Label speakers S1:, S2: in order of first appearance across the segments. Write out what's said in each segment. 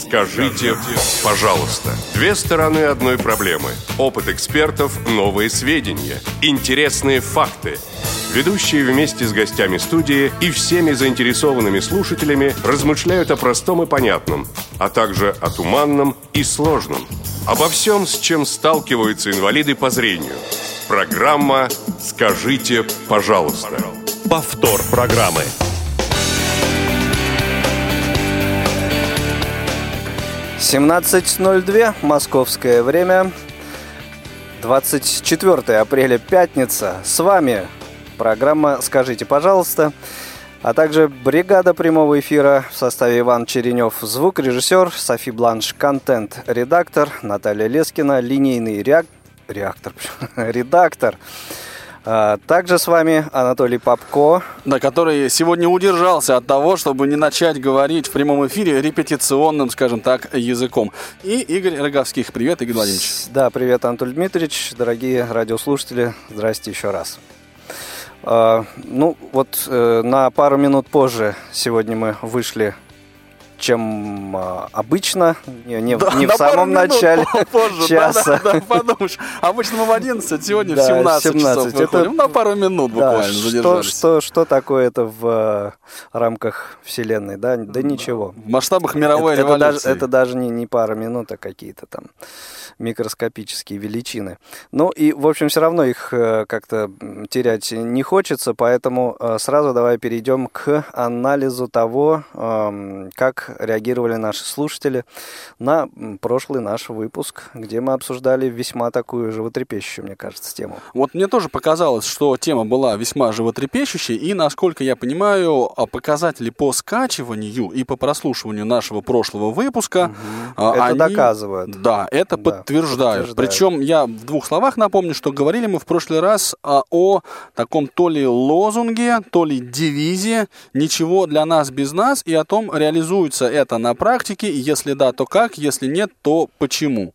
S1: Скажите, пожалуйста. Две стороны одной проблемы. Опыт экспертов, новые сведения, интересные факты. Ведущие вместе с гостями студии и всеми заинтересованными слушателями размышляют о простом и понятном, а также о туманном и сложном. Обо всем, с чем сталкиваются инвалиды по зрению. Программа «Скажите, пожалуйста».
S2: Повтор программы.
S3: «17:02, московское время, 24 апреля, пятница. С вами программа «Скажите, пожалуйста», а также бригада прямого эфира в составе Иван Черенев, звукорежиссер, Софи Бланш, контент-редактор, Наталья Лескина, линейный редактор. Также с вами Анатолий Попко.
S4: Да, который сегодня удержался от того, чтобы не начать говорить в прямом эфире репетиционным, скажем так, языком. И Игорь Роговских. Привет, Игорь Владимирович.
S3: Да, привет, Анатолий Дмитриевич. Дорогие радиослушатели, здрасте еще раз. На пару минут позже сегодня мы вышли, чем обычно, не в самом начале часа.
S4: Да, подумаешь, обычно мы в 11, сегодня в 17 часов выходим. На пару минут буквально задержались.
S3: Что такое это в рамках Вселенной? Да ничего.
S4: В масштабах мировой революции.
S3: Это даже не пара минут, а какие-то там микроскопические величины. Ну и, в общем, все равно их как-то терять не хочется, поэтому сразу давай перейдем к анализу того, как реагировали наши слушатели на прошлый наш выпуск, где мы обсуждали весьма такую животрепещущую, мне кажется, тему.
S4: Вот мне тоже показалось, что тема была весьма животрепещущей, и, насколько я понимаю, показатели по скачиванию и по прослушиванию нашего прошлого выпуска,
S3: это доказывают.
S4: Да, это подтверждают. Причем я в двух словах напомню, что говорили мы в прошлый раз о таком то ли лозунге, то ли девизе «Ничего для нас без нас», и о том, реализуется это на практике, и если да, то как, если нет, то почему.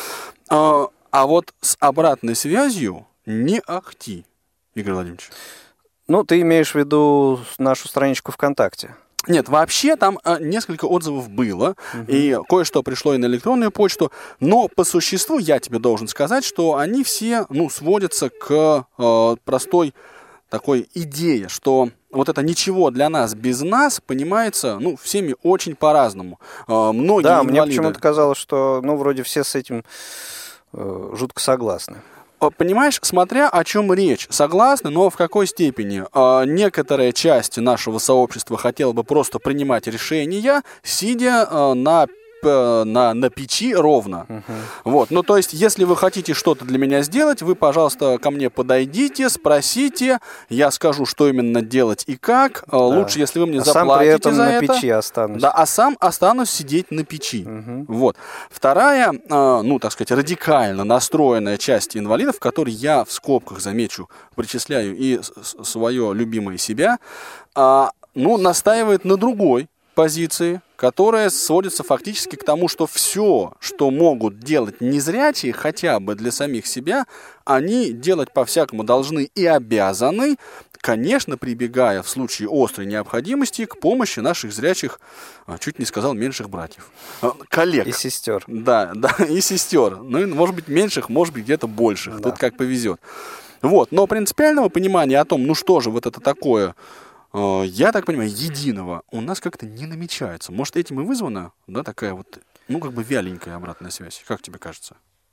S4: А вот с обратной связью не ахти, Игорь Владимирович.
S3: Ну, ты имеешь в виду нашу страничку ВКонтакте?
S4: Нет, вообще там несколько отзывов было, и кое-что пришло и на электронную почту, но по существу я тебе должен сказать, что они все, сводятся к простой такой идее, что вот это «ничего для нас без нас» понимается, всеми очень по-разному. Многие инвалиды...
S3: мне почему-то казалось, что, вроде все с этим жутко согласны.
S4: Понимаешь, смотря о чем речь, согласны, но в какой степени? Некоторая часть нашего сообщества хотела бы просто принимать решения, сидя на печи ровно. Вот. То есть, если вы хотите что-то для меня сделать, вы, пожалуйста, ко мне подойдите, спросите, я скажу, что именно делать и как. Да. Лучше, если вы мне заплатите
S3: сам при этом
S4: за
S3: на
S4: это.
S3: Печи останусь.
S4: Да, а сам останусь сидеть на печи. Вот. Вторая, так сказать, радикально настроенная часть инвалидов, которой я в скобках, замечу, причисляю и свое любимое себя, настаивает на другой позиции, которая сводится фактически к тому, что все, что могут делать незрячие, хотя бы для самих себя, они делать по-всякому должны и обязаны, конечно, прибегая в случае острой необходимости к помощи наших зрячих, чуть не сказал, меньших братьев, коллег.
S3: И сестер.
S4: Да, и сестер. Может быть, меньших, может быть, где-то больших. Да. Тут как повезет. Вот. Но принципиального понимания о том, что же вот это такое, я так понимаю, единого у нас как-то не намечается. Может, этим и вызвана, такая вот, вяленькая обратная связь. Как тебе кажется?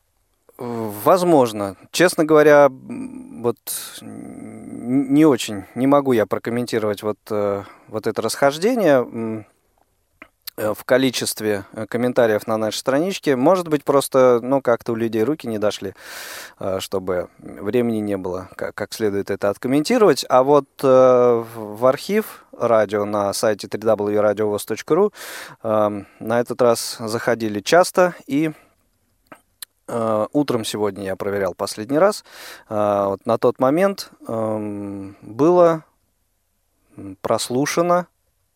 S3: Возможно. Честно говоря, не очень, не могу я прокомментировать вот это расхождение в количестве комментариев на нашей страничке. Может быть, просто, как-то у людей руки не дошли, чтобы времени не было как следует это откомментировать. А вот в архив радио на сайте www.radiovoz.ru на этот раз заходили часто, и утром сегодня я проверял последний раз. На тот момент было прослушано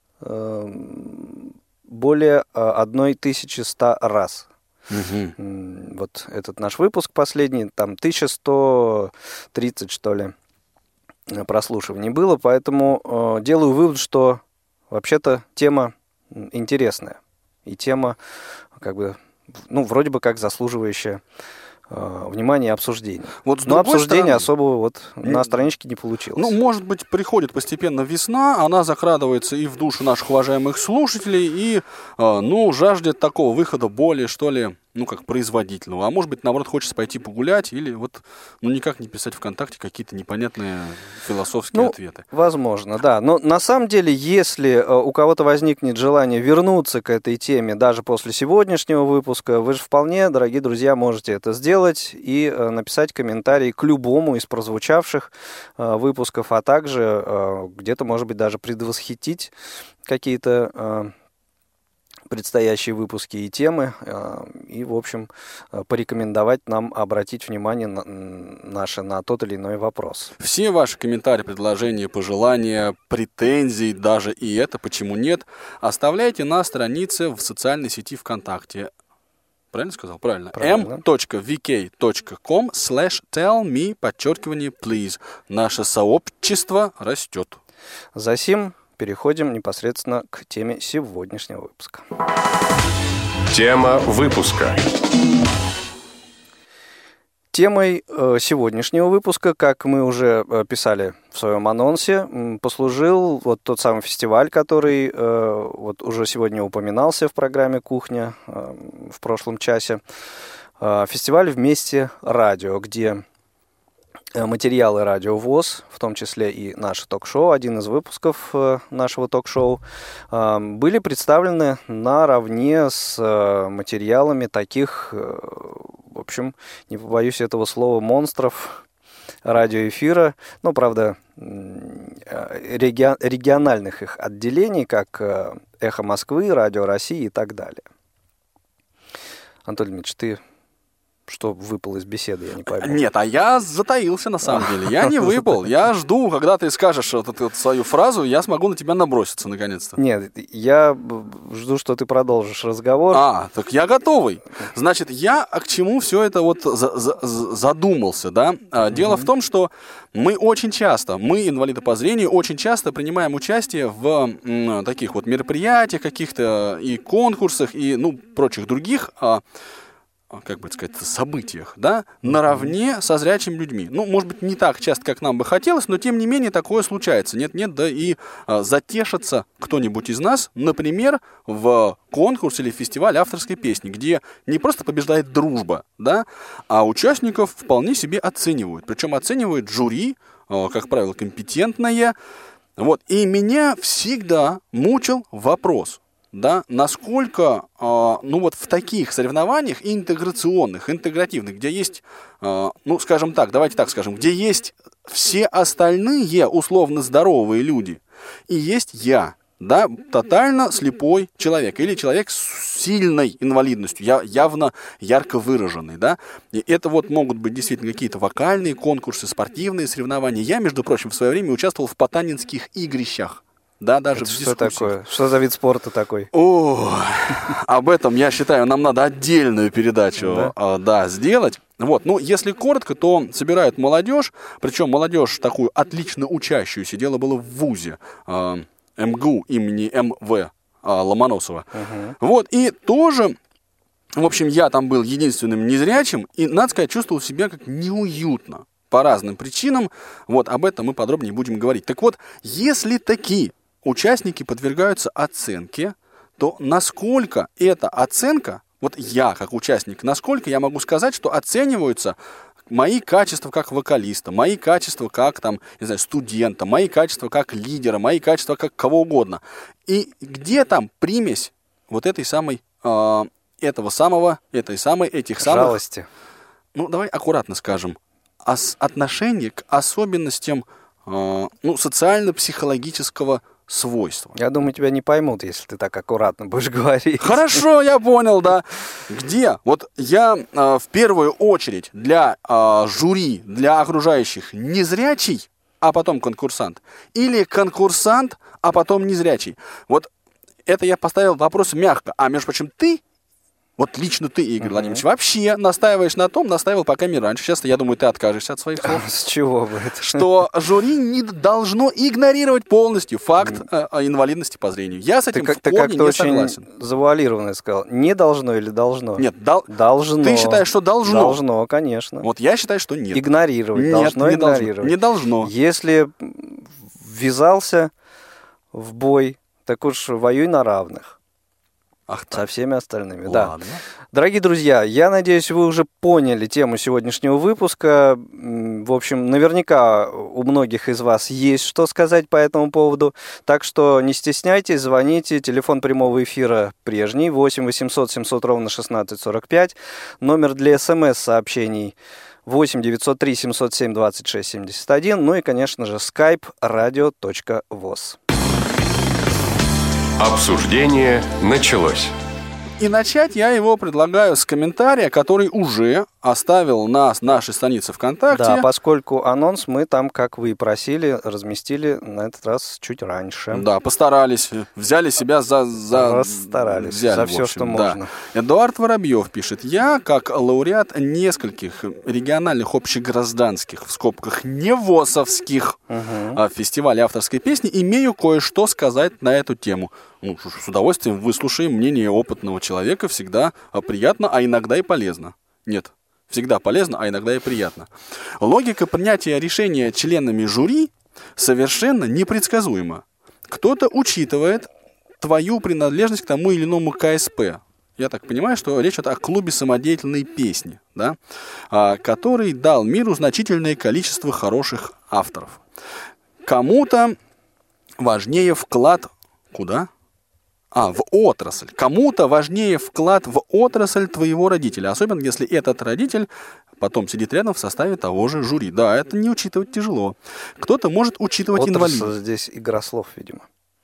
S3: более 1100 раз. Вот этот наш выпуск последний, там 1130, что ли, прослушиваний было, поэтому делаю вывод, что вообще-то тема интересная. и тема как бы, ну, вроде бы как заслуживающая внимания и обсуждения. Вот но обсуждения особого вот на страничке не получилось.
S4: Ну, может быть, приходит постепенно весна, она закрадывается и в душу наших уважаемых слушателей, и, ну, жаждет такого выхода более, что ли, ну, как производительного. А может быть, наоборот, хочется пойти погулять или вот, ну, никак не писать ВКонтакте какие-то непонятные философские ответы.
S3: Возможно, да. Но на самом деле, если у кого-то возникнет желание вернуться к этой теме даже после сегодняшнего выпуска, вы же вполне, дорогие друзья, можете это сделать и написать комментарий к любому из прозвучавших выпусков, а также где-то, может быть, даже предвосхитить какие-то предстоящие выпуски и темы, и, в общем, порекомендовать нам обратить внимание наше на тот или иной вопрос.
S4: Все ваши комментарии, предложения, пожелания, претензии, даже и это, почему нет, оставляйте на странице в социальной сети ВКонтакте. Правильно сказал? Правильно. m.vk.com/tellme_please. Наше сообщество растет.
S3: Засим переходим непосредственно к теме сегодняшнего выпуска.
S1: Тема выпуска.
S3: Темой сегодняшнего выпуска, как мы уже писали в своем анонсе, послужил вот тот самый фестиваль, который вот уже сегодня упоминался в программе «Кухня» в прошлом часе. Фестиваль «Вместе радио», где материалы Радио ВОС, в том числе и наше ток-шоу, один из выпусков нашего ток-шоу, были представлены наравне с материалами таких, в общем, не побоюсь этого слова, монстров радиоэфира, ну, правда, региональных их отделений, как «Эхо Москвы», «Радио России» и так далее. Анатолий Дмитриевич, ты... Что выпал из беседы, я не пойму.
S4: Нет, а я затаился на самом деле. Я не выпал. Я жду, когда ты скажешь вот эту свою фразу, я смогу на тебя наброситься наконец-то.
S3: Нет, я жду, что ты продолжишь разговор.
S4: Так я готовый. Значит, я к чему все это вот задумался, да? Дело в том, что мы очень часто, мы, инвалиды по зрению, очень часто принимаем участие в таких вот мероприятиях, каких-то и конкурсах, и, ну, прочих других как бы сказать, событиях, да, наравне со зрячими людьми. Ну, может быть, не так часто, как нам бы хотелось, но, тем не менее, такое случается. Нет-нет, да и затешится кто-нибудь из нас, например, в конкурс или фестиваль авторской песни, где не просто побеждает дружба, да, а участников вполне себе оценивают. Причем оценивает жюри, как правило, компетентное. Вот. И меня всегда мучил вопрос, да, насколько, ну вот в таких соревнованиях интеграционных, интегративных, где есть, ну скажем так, давайте так скажем, где есть все остальные условно здоровые люди, и есть я, да, тотально слепой человек, или человек с сильной инвалидностью, явно ярко выраженный, да, и это вот могут быть действительно какие-то вокальные конкурсы, спортивные соревнования. Я, между прочим, в свое время участвовал в потанинских игрищах. Да, даже
S3: это в дискуссиях. Что такое? Что за вид спорта такой?
S4: Об этом, я считаю, нам надо отдельную передачу сделать. Вот, ну, если коротко, то собирают молодежь, причем молодежь такую отлично учащуюся. Дело было в ВУЗе МГУ имени М.В. Ломоносова. Вот, и тоже, в общем, я там был единственным незрячим, и, надо сказать, чувствовал себя как неуютно. По разным причинам. Вот, об этом мы подробнее будем говорить. Так вот, если такие участники подвергаются оценке, то насколько эта оценка, вот я как участник, насколько я могу сказать, что оцениваются мои качества как вокалиста, мои качества как там, не знаю, студента, мои качества как лидера, мои качества как кого угодно. И где там примесь вот этой самой, этих самых...
S3: Жалости.
S4: Ну, давай аккуратно скажем. Отношение к особенностям социально-психологического свойства.
S3: Я думаю, тебя не поймут, если ты так аккуратно будешь говорить.
S4: Хорошо, я понял, да. Где? Вот я в первую очередь для жюри, для окружающих незрячий, а потом конкурсант. Или конкурсант, а потом незрячий. Вот это я поставил вопрос мягко. А между прочим, ты Вот лично ты, Игорь Владимирович, вообще настаивал по крайней мере раньше. Сейчас, я думаю, ты откажешься от своих слов.
S3: С чего бы это?
S4: Что жюри не должно игнорировать полностью факт инвалидности по зрению. Я с этим в корне не согласен.
S3: Очень завуалированно сказал. Не должно или должно?
S4: Нет,
S3: должно.
S4: Ты считаешь, что должно?
S3: Должно, конечно.
S4: Вот я считаю, что нет.
S3: Игнорировать.
S4: Нет,
S3: должно
S4: не
S3: игнорировать.
S4: Не должно.
S3: Если ввязался в бой, так уж воюй на равных. Со всеми остальными,
S4: Ладно.
S3: да. Дорогие друзья, я надеюсь, вы уже поняли тему сегодняшнего выпуска. В общем, наверняка у многих из вас есть что сказать по этому поводу. Так что не стесняйтесь, звоните. Телефон прямого эфира прежний, 8 800 700 ровно 1645. Номер для СМС-сообщений 8 903 707 26 71. Ну и, конечно же, skype radio.voz.
S1: Обсуждение началось.
S4: И начать я его предлагаю с комментария, который уже оставил на нашей странице ВКонтакте.
S3: Да, поскольку анонс мы там, как вы и просили, разместили на этот раз чуть раньше.
S4: Да, постарались, взяли себя
S3: Расстарались, за все, что можно.
S4: Эдуард Воробьев пишет: я, как лауреат нескольких региональных общегражданских, в скобках невосовских, фестивалей авторской песни, имею кое-что сказать на эту тему. Ну, с удовольствием выслушаем мнение опытного человека, всегда приятно, а иногда и полезно. Нет, всегда полезно, а иногда и приятно. Логика принятия решения членами жюри совершенно непредсказуема. Кто-то учитывает твою принадлежность к тому или иному КСП. Я так понимаю, что речь идет о клубе самодеятельной песни, да, который дал миру значительное количество хороших авторов. Кому-то важнее вклад... Куда? В отрасль. Кому-то важнее вклад в отрасль твоего родителя, особенно если этот родитель потом сидит рядом в составе того же жюри. Да, это не учитывать тяжело. Кто-то может учитывать инвалидность.
S3: Здесь игра слов, видимо.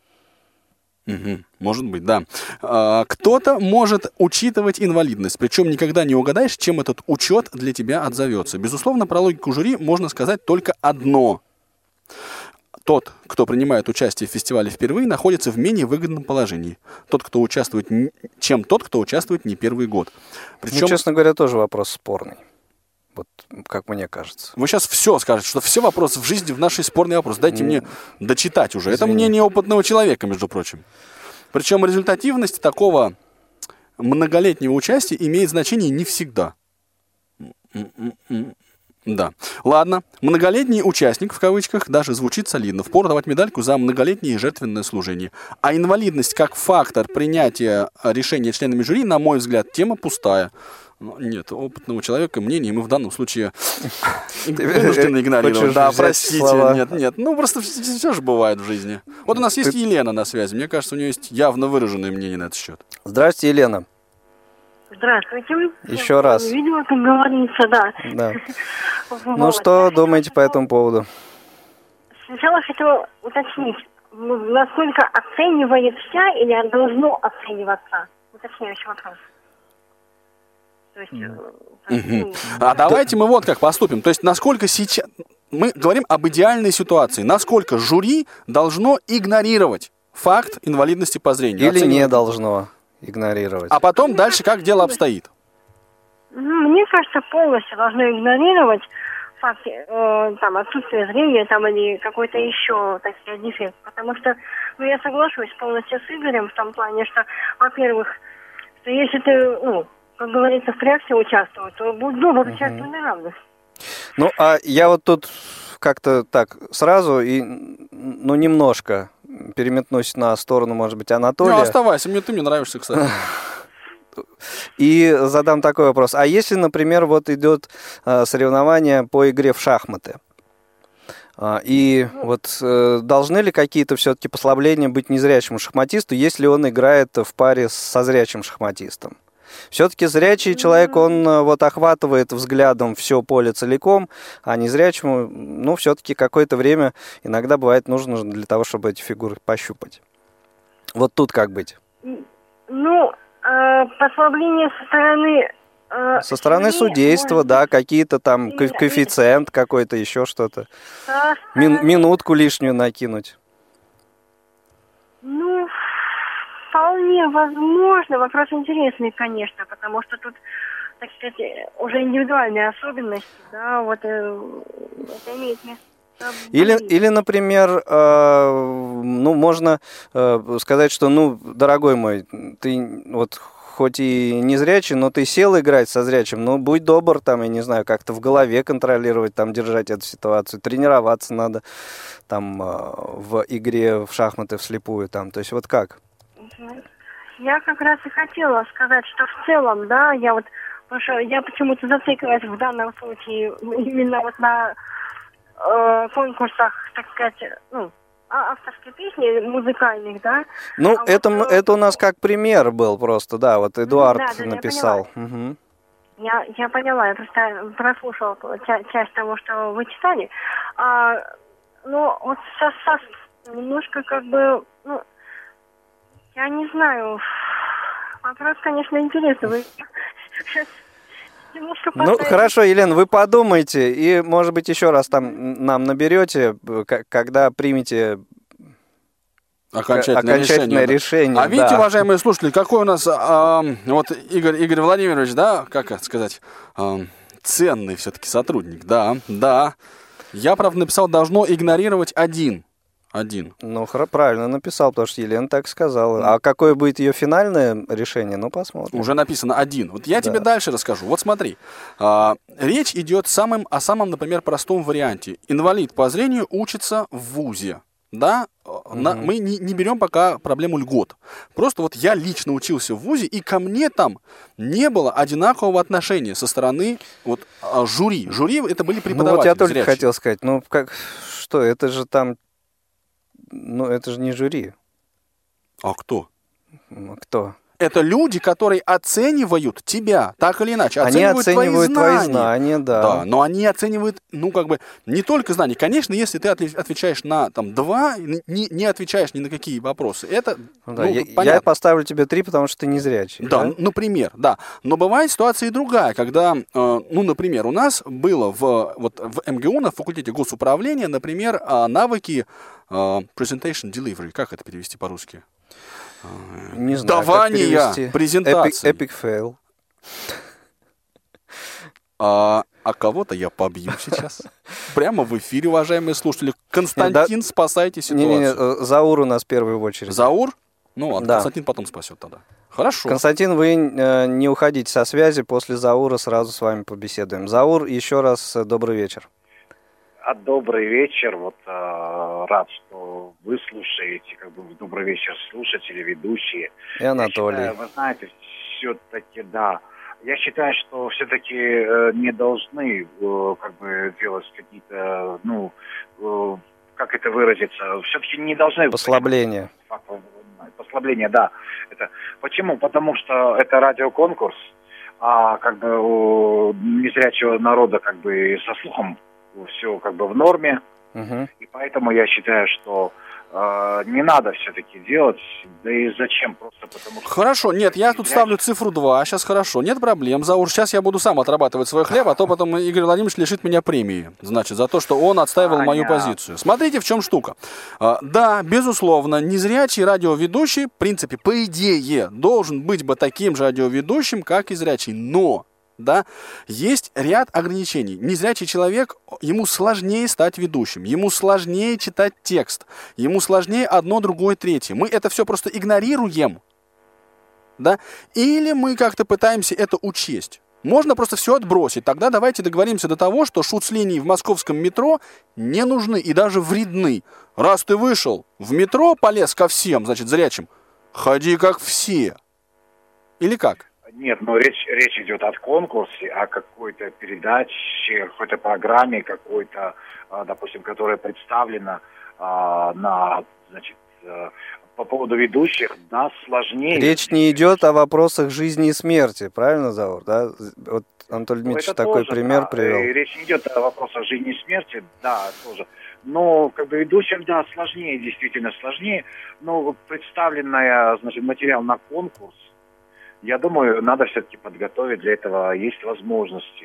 S4: Может быть, да. Кто-то может учитывать инвалидность, причем никогда не угадаешь, чем этот учет для тебя отзовется. Безусловно, про логику жюри можно сказать только одно. Тот, кто принимает участие в фестивале впервые, находится в менее выгодном положении, чем тот, кто участвует не первый год.
S3: Причем, честно говоря, тоже вопрос спорный. Вот как мне кажется.
S4: Вы сейчас все скажете, что все вопросы в жизни в нашей спорный вопрос. Дайте мне дочитать уже. Это мнение опытного человека, между прочим. Причем результативность такого многолетнего участия имеет значение не всегда. Да. Ладно. Многолетний участник, в кавычках, даже звучит солидно. Впору давать медальку за многолетнее жертвенное служение. А инвалидность как фактор принятия решения членами жюри, на мой взгляд, тема пустая. Нет, опытного человека мнение мы в данном случае вынуждены игнорировать. Да, простите. Нет. Ну, просто все же бывает в жизни. Вот у нас есть Елена на связи. Мне кажется, у нее есть явно выраженное мнение на этот счет.
S3: Здравствуйте, Елена.
S5: Здравствуйте.
S3: Еще раз.
S5: Видела, как говорится, да.
S3: Ну, что думаете по этому поводу?
S5: Сначала хотела уточнить, насколько оценивает вся или должно оцениваться? Уточняющий вопрос. То есть,
S4: давайте мы вот как поступим. То есть, насколько сейчас... Мы говорим об идеальной ситуации. Насколько жюри должно игнорировать факт инвалидности по зрению?
S3: Или не должно игнорировать.
S4: А потом дальше как дело обстоит?
S5: Мне кажется, полностью должно игнорировать факт отсутствия зрения или какой-то еще дефект. Потому что я соглашусь полностью с Игорем в том плане, что, во-первых, что если ты, как говорится, впрягся участвовать, то будь добр, участвуй на равных.
S3: Ну, а я вот тут как-то так сразу и, немножко переметнусь на сторону, может быть, Анатолия.
S4: Оставайся, ты мне нравишься, кстати.
S3: И задам такой вопрос. А если, например, вот идет соревнование по игре в шахматы, и вот должны ли какие-то все-таки послабления быть незрячему шахматисту, если он играет в паре со зрячим шахматистом? Все-таки зрячий человек, он охватывает взглядом все поле целиком, а незрячему, все-таки какое-то время иногда бывает нужно для того, чтобы эти фигуры пощупать. Вот тут как быть?
S5: Послабление со стороны...
S3: Со стороны судейства, да, какие-то там коэффициент какой-то, еще что-то. Минутку лишнюю накинуть.
S5: вполне возможно. Вопрос интересный, конечно, потому что тут, так сказать, уже индивидуальные особенности, да, вот это имеет место.
S3: Или, например, можно сказать, что, дорогой мой, ты вот хоть и не зрячий, но ты сел играть со зрячим, будь добр, там, я не знаю, как-то в голове контролировать, там, держать эту ситуацию, тренироваться надо, там, в игре в шахматы вслепую, там, то есть вот как?
S5: Я как раз и хотела сказать, что в целом, да, потому что я почему-то зациклилась в данном случае именно вот на конкурсах, так сказать, авторские песни музыкальных, да.
S3: Это у нас как пример был просто, да, вот Эдуард написал.
S5: Я поняла, я просто прослушала часть того, что вы читали. Вот немножко как бы, я не знаю, вопрос, конечно, интересный. Вы сейчас...
S3: хорошо, Елена, вы подумайте, и, может быть, еще раз там нам наберете, когда примете окончательное решение.
S4: А видите, уважаемые слушатели, какой у нас, вот Игорь Владимирович, да, как это сказать, ценный все-таки сотрудник, да. Я, правда, написал, должно игнорировать один.
S3: Правильно написал, потому что Елена так сказала. А какое будет ее финальное решение, посмотрим.
S4: Уже написано один. Вот я тебе дальше расскажу. Вот смотри. Речь идет о самом, например, простом варианте. Инвалид по зрению учится в вузе. Да? Мы не берем пока проблему льгот. Просто вот я лично учился в вузе, и ко мне там не было одинакового отношения со стороны жюри. Жюри это были преподаватели.
S3: Вот я только
S4: зрячие.
S3: хотел сказать, это же там... это же не жюри.
S4: А кто?
S3: Кто?
S4: Это люди, которые оценивают тебя, так или иначе.
S3: Они оценивают твои знания, да.
S4: Да, но они оценивают, не только знания. Конечно, если ты отвечаешь на 2, не отвечаешь ни на какие вопросы, это, понятно.
S3: Я поставлю тебе 3, потому что ты не зрячий.
S4: Да, например, да. Но бывает ситуация и другая, когда, например, у нас было в МГУ, на факультете госуправления, например, навыки presentation delivery. Как это перевести по-русски?
S3: Не знаю,
S4: давания презентации.
S3: Epic fail.
S4: А кого-то я побью сейчас. Прямо в эфире, уважаемые слушатели. Константин, спасайте ситуацию.
S3: Заур у нас первый в очереди.
S4: Заур? Константин потом спасет тогда. Хорошо.
S3: Константин, вы не уходите со связи. После Заура сразу с вами побеседуем. Заур, еще раз добрый вечер.
S6: Добрый вечер. Рад, что вы слушаете, добрый вечер, слушатели, ведущие.
S3: И Анатолий.
S6: Я считаю, вы знаете, все-таки, да. Я считаю, что все-таки не должны делать какие-то, как это выразиться, все-таки не должны...
S3: Послабление.
S6: Послабление, да. Почему? Потому что это радиоконкурс, а у незрячего народа со слухом все в норме, и поэтому я считаю, что не надо все-таки делать, да и зачем, просто потому что...
S4: Хорошо, нет, я тут ставлю цифру 2, сейчас хорошо, нет проблем, Заур, сейчас я буду сам отрабатывать свой хлеб, а то потом Игорь Владимирович лишит меня премии, значит, за то, что он отстаивал мою позицию. Смотрите, в чем штука. Да, безусловно, незрячий радиоведущий, в принципе, по идее, должен быть бы таким же радиоведущим, как и зрячий, но... Да, есть ряд ограничений. Незрячий человек, ему сложнее стать ведущим, ему сложнее читать текст, ему сложнее одно, другое, третье. Мы это все просто игнорируем, да, или мы как-то пытаемся это учесть. Можно просто все отбросить. Тогда давайте договоримся до того, что шуц-линии в московском метро не нужны и даже вредны. Раз ты вышел в метро, полез ко всем, значит, зрячим, ходи как все. Или как?
S6: Нет, речь идет о конкурсе, о какой-то передаче, какой-то программе, допустим, которая представлена по поводу ведущих, да, сложнее.
S3: Речь не идет о вопросах жизни и смерти, правильно, Заур? Да? Вот Анатолий Дмитриевич такой пример привел.
S6: Речь не идет о вопросах жизни и смерти, да, тоже. Но ведущим, да, сложнее, действительно сложнее. Но представленный, материал на конкурс, я думаю, надо все-таки подготовить, для этого есть возможности.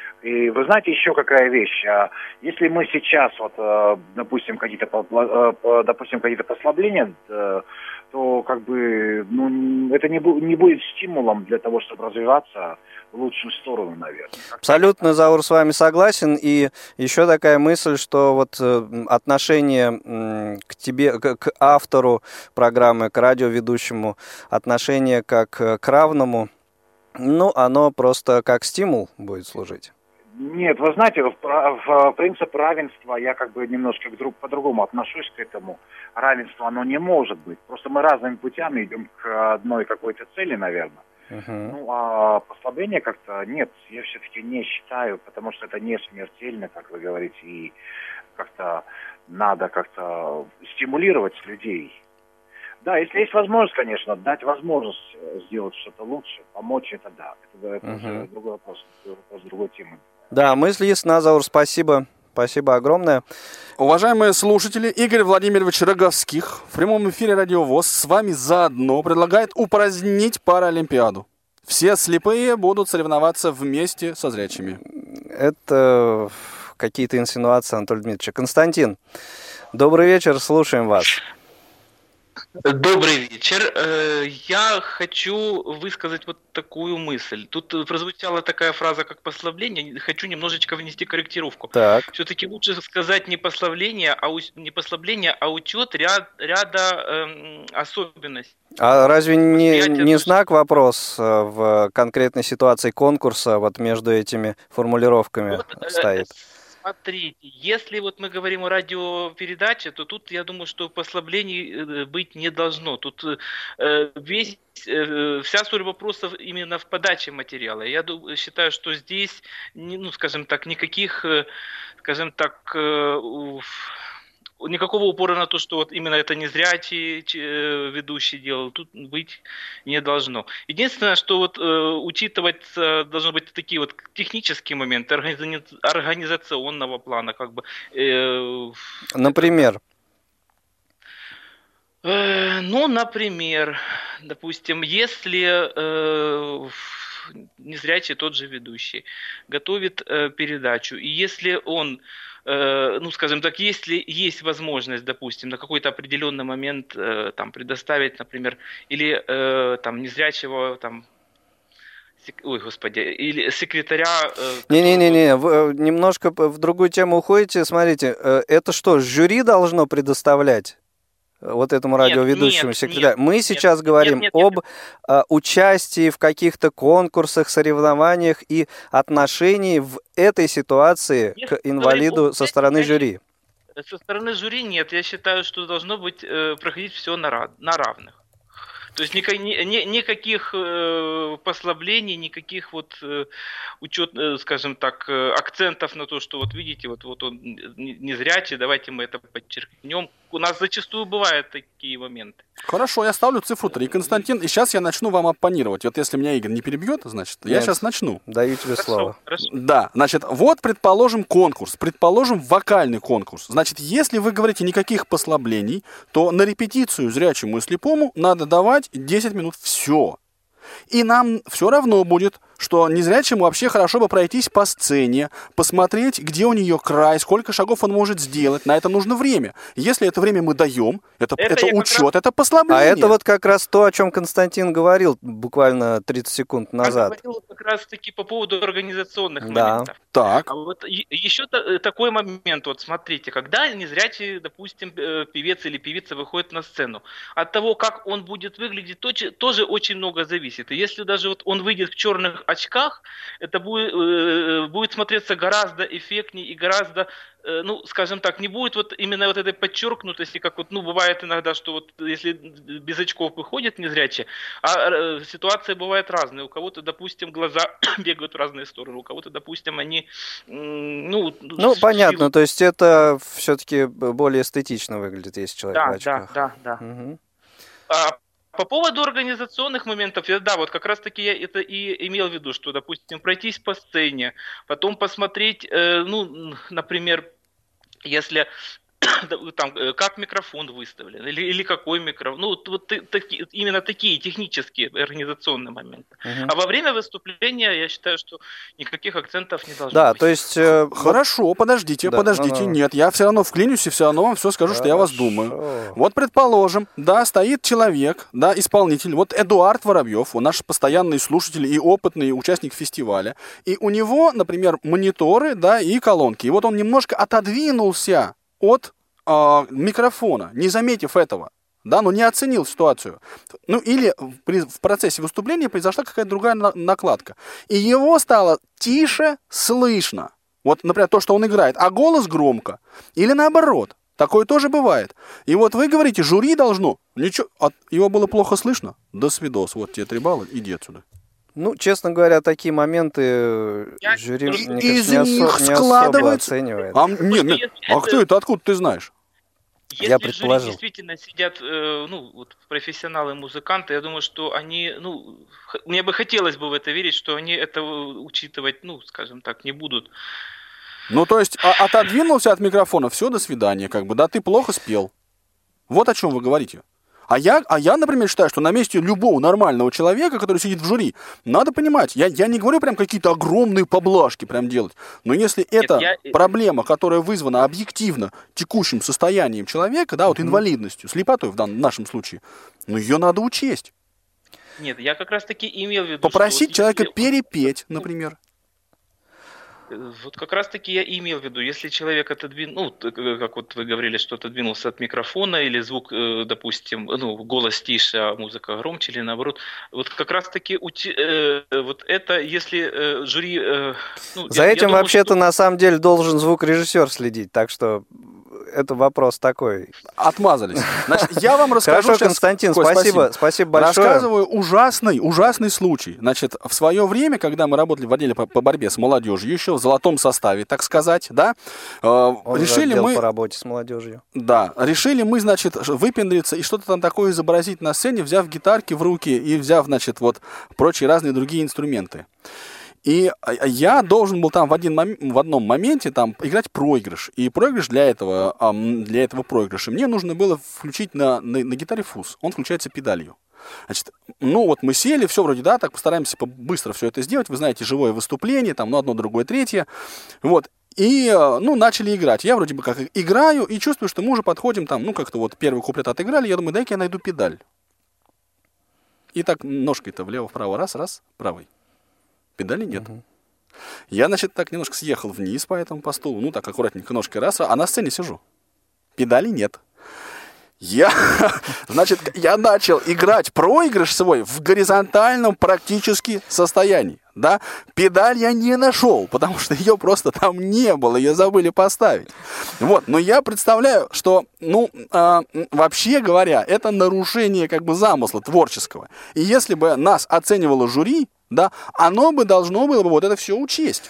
S6: И вы знаете еще какая вещь? Если мы сейчас, допустим, какие-то послабления, то как бы, это не будет стимулом для того, чтобы развиваться в лучшую сторону, наверное.
S3: Абсолютно, Заур, с вами согласен. И еще такая мысль, что вот отношение к тебе, к автору программы, к радиоведущему, отношение как к равному, оно просто как стимул будет служить.
S6: Нет, вы знаете, в принцип равенства я как бы немножко по-другому отношусь к этому. Равенство оно не может быть. Просто мы разными путями идем к одной какой-то цели, наверное. А послабление как-то нет, я все-таки не считаю, потому что это не смертельно, как вы говорите, и как-то надо как-то стимулировать людей. Да, если есть возможность, конечно, дать возможность сделать что-то лучше, помочь, это да. Это уже другой вопрос, другой темы.
S3: Да, мысль ясна, Заур, спасибо. Спасибо огромное.
S4: Уважаемые слушатели, Игорь Владимирович Роговских в прямом эфире Радио ВОС с вами заодно предлагает упразднить Паралимпиаду. Все слепые будут соревноваться вместе со зрячими.
S3: Это какие-то инсинуации Анатолия Дмитриевича. Константин, добрый вечер, слушаем вас.
S7: Добрый вечер. Я хочу высказать вот такую мысль. Тут прозвучала такая фраза, как послабление. Хочу немножечко внести корректировку.
S3: Так.
S7: Все-таки лучше сказать не послабление, а учет ряда особенностей.
S3: А разве не знак вопрос в конкретной ситуации конкурса вот между этими формулировками стоит?
S7: Смотрите, если вот мы говорим о радиопередаче, то тут, я думаю, что послаблений быть не должно. Тут вся суть вопросов именно в подаче материала. Я считаю, что здесь, скажем так, никаких, никакого упора на то, что вот именно это незрячий ведущий делал, тут быть не должно. Единственное, что вот учитывать должны быть такие вот технические моменты организационного плана, как бы.
S3: Например?
S7: Например, допустим, если незрячий тот же ведущий готовит передачу, и если он скажем так, если есть возможность, допустим, на какой-то определенный момент предоставить, например, или незрячего или секретаря...
S3: Не-не-не, вы немножко в другую тему уходите. Смотрите, это что, жюри должно предоставлять вот этому радиоведущему секретарю? Мы сейчас говорим об участии в каких-то конкурсах, соревнованиях и отношении в этой ситуации к инвалиду со стороны жюри.
S7: Со стороны жюри нет. Я считаю, что должно быть проходить все на равных. То есть никаких послаблений, никаких скажем так, акцентов на то, что вот видите, вот он незрячий, давайте мы это подчеркнем. У нас зачастую бывают такие моменты.
S4: Хорошо, я ставлю цифру 3, Константин, и сейчас я начну вам оппонировать. Вот если меня Игорь не перебьет, значит, я сейчас начну.
S3: Даю тебе слово.
S7: Хорошо.
S4: Да, значит, вот предположим конкурс, предположим вокальный конкурс. Значит, если вы говорите никаких послаблений, то на репетицию зрячему и слепому надо давать 10 минут, все. И нам все равно будет, что незрячему вообще хорошо бы пройтись по сцене, посмотреть, где у нее край, сколько шагов он может сделать. На это нужно время. Если это время мы даем, это учет, это послабление.
S3: А это вот как раз то, о чем Константин говорил буквально 30 секунд назад.
S7: Я говорил как раз-таки по поводу организационных моментов.
S4: Так.
S7: А вот еще такой момент, вот смотрите, когда незрячий, допустим, певец или певица выходит на сцену, от того, как он будет выглядеть, тоже очень много зависит. И если даже вот он выйдет в черных очках, это будет смотреться гораздо эффектнее и гораздо, скажем так, не будет вот именно вот этой подчеркнутости, как вот, бывает иногда, что вот если без очков выходит незрячий, а ситуация бывает разная. У кого-то, допустим, глаза бегают в разные стороны, у кого-то, допустим, они,
S3: понятно, то есть это все-таки более эстетично выглядит, если человек в очках.
S7: Да. Угу. По поводу организационных моментов, вот как раз таки я это и имел в виду, что, допустим, пройтись по сцене, потом посмотреть, например, если там, как микрофон выставлен, или какой микрофон. Ну, вот именно такие технические, организационные моменты. А во время выступления, я считаю, что никаких акцентов не должно быть.
S3: Да, то есть...
S4: Хорошо, подождите, нет, я все равно вклинюсь и все равно вам все скажу, что я вас думаю. Вот, предположим, да, стоит человек, да, исполнитель, вот Эдуард Воробьев, он наш постоянный слушатель и опытный участник фестиваля, и у него, например, мониторы, да, и колонки, и вот он немножко отодвинулся от микрофона, не заметив этого, да, но не оценил ситуацию. Ну, или в процессе выступления произошла какая-то другая накладка, и его стало тише слышно. Вот, например, то, что он играет, а голос громко, или наоборот. Такое тоже бывает. И вот вы говорите, жюри должно... Ничего, его было плохо слышно? До свидос. Вот тебе 3 балла, иди отсюда.
S3: Ну, честно говоря, такие моменты жюри, мне кажется, не особо оценивает.
S4: Нет, а кто это? Откуда ты знаешь?
S7: Если
S3: я предположил.
S7: В жюри действительно сидят вот профессионалы-музыканты, я думаю, что они, мне бы хотелось бы в это верить, что они это учитывать, скажем так, не будут.
S4: Ну, то есть, отодвинулся от микрофона, все, до свидания, как бы, да, ты плохо спел. Вот о чем вы говорите. А я, например, считаю, что на месте любого нормального человека, который сидит в жюри, надо понимать, я не говорю прям какие-то огромные поблажки прям делать, но если это проблема, которая вызвана объективно текущим состоянием человека, да, вот инвалидностью, слепотой в нашем случае, ее надо учесть.
S7: Нет, я как раз-таки имел в виду...
S4: Попросить человека перепеть, например.
S7: Вот как раз-таки я имел в виду, если человек отодвинул, как вот вы говорили, что отодвинулся от микрофона, или звук, допустим, голос тише, а музыка громче, или наоборот, вот как раз-таки вот это, если жюри...
S3: За этим вообще-то на самом деле должен звукорежиссер следить, так что это вопрос такой.
S4: Отмазались. Значит, я вам расскажу...
S3: Хорошо, Константин, спасибо большое.
S4: Рассказываю ужасный случай. Значит, в свое время, когда мы работали в отделе по борьбе с молодежью, еще в золотом составе, так сказать, да, решили мы...
S3: по работе с молодежью.
S4: Да, решили мы, значит, выпендриться и что-то там такое изобразить на сцене, взяв гитарки в руки и взяв, значит, вот прочие разные другие инструменты. И я должен был там в одном моменте там играть проигрыш. И проигрыш для этого проигрыша мне нужно было включить на гитаре фуз. Он включается педалью. Значит, вот мы сели, все вроде, да, так постараемся быстро все это сделать. Вы знаете, живое выступление, там, одно, другое, третье. Вот. И, начали играть. Я вроде бы как играю и чувствую, что мы уже подходим там, как-то вот первый куплет отыграли. Я думаю, дай-ка я найду педаль. И так ножкой-то влево-вправо, раз, правой. Педали нет. Я, значит, так немножко съехал вниз по этому стулу, так аккуратненько ножкой раз, а на сцене сижу. Педали нет. Я начал играть проигрыш свой в горизонтальном практически состоянии. Да? Педаль я не нашел, потому что ее просто там не было, ее забыли поставить. Вот. Но я представляю, что, вообще говоря, это нарушение как бы замысла творческого. И если бы нас оценивало жюри, да, оно бы должно было бы вот это все учесть.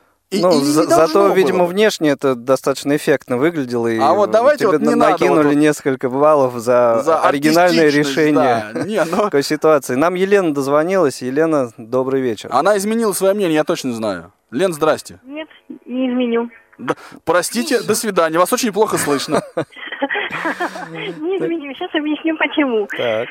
S3: Зато, видимо, внешне это достаточно эффектно выглядело, и
S4: вот давайте
S3: тебе накинули несколько баллов за оригинальное решение такой ситуации. Нам Елена дозвонилась. Елена, добрый вечер.
S4: Она изменила свое мнение, я точно знаю. Лен, здрасте.
S5: Нет, не изменю.
S4: Да, простите, до свидания, вас очень плохо слышно.
S5: Не изменю, сейчас объясню почему.
S3: Так.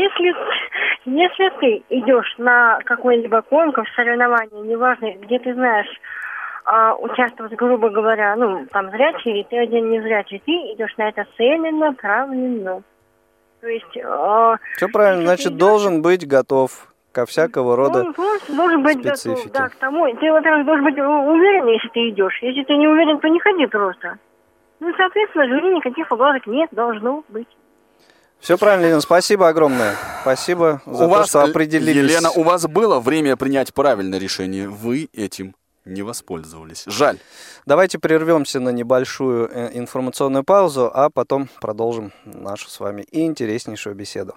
S5: Если ты идешь на какой-либо конкурс, соревнование, неважно, где ты знаешь, участвовать, грубо говоря, там зрячий, и ты один не зрячий, ты идешь на это целенаправленно. То есть...
S3: Все правильно, значит, должен быть готов ко всякого рода
S5: должен быть
S3: специфике.
S5: Готов, да, к тому. Ты, во-первых, должен быть уверен, если ты идешь. Если ты не уверен, то не ходи просто. Соответственно, жюри никаких поблажек нет, должно быть.
S3: Все правильно, Елена, спасибо огромное. Спасибо за то, что определились.
S4: Елена, у вас было время принять правильное решение. Вы этим не воспользовались. Жаль.
S3: Давайте прервемся на небольшую информационную паузу, а потом продолжим нашу с вами интереснейшую беседу.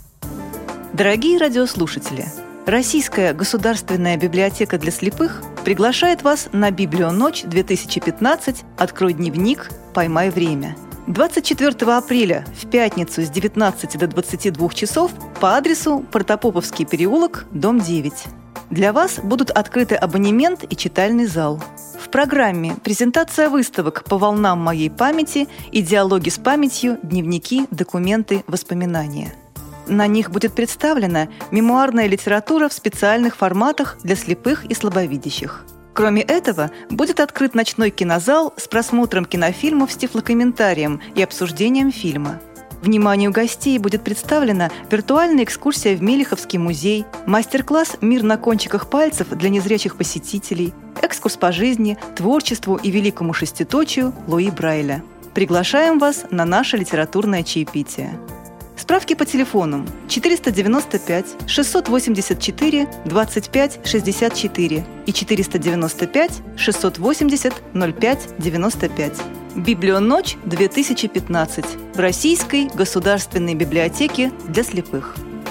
S8: Дорогие радиослушатели, Российская государственная библиотека для слепых приглашает вас на Библионочь 2015 «Открой дневник, поймай время». 24 апреля в пятницу с 19 до 22 часов по адресу Протопоповский переулок, дом 9. Для вас будут открыты абонемент и читальный зал. В программе презентация выставок по волнам моей памяти и диалоги с памятью, дневники, документы, воспоминания. На них будет представлена мемуарная литература в специальных форматах для слепых и слабовидящих. Кроме этого, будет открыт ночной кинозал с просмотром кинофильмов с тифлокомментарием и обсуждением фильма. Вниманию гостей будет представлена виртуальная экскурсия в Мелиховский музей, мастер-класс «Мир на кончиках пальцев» для незрячих посетителей, экскурс по жизни, творчеству и великому шеститочию Луи Брайля. Приглашаем вас на наше литературное чаепитие. Справки по телефонам 495 684 25 64 и 495 680 05 95. Библионочь 2015 в Российской государственной библиотеке для слепых.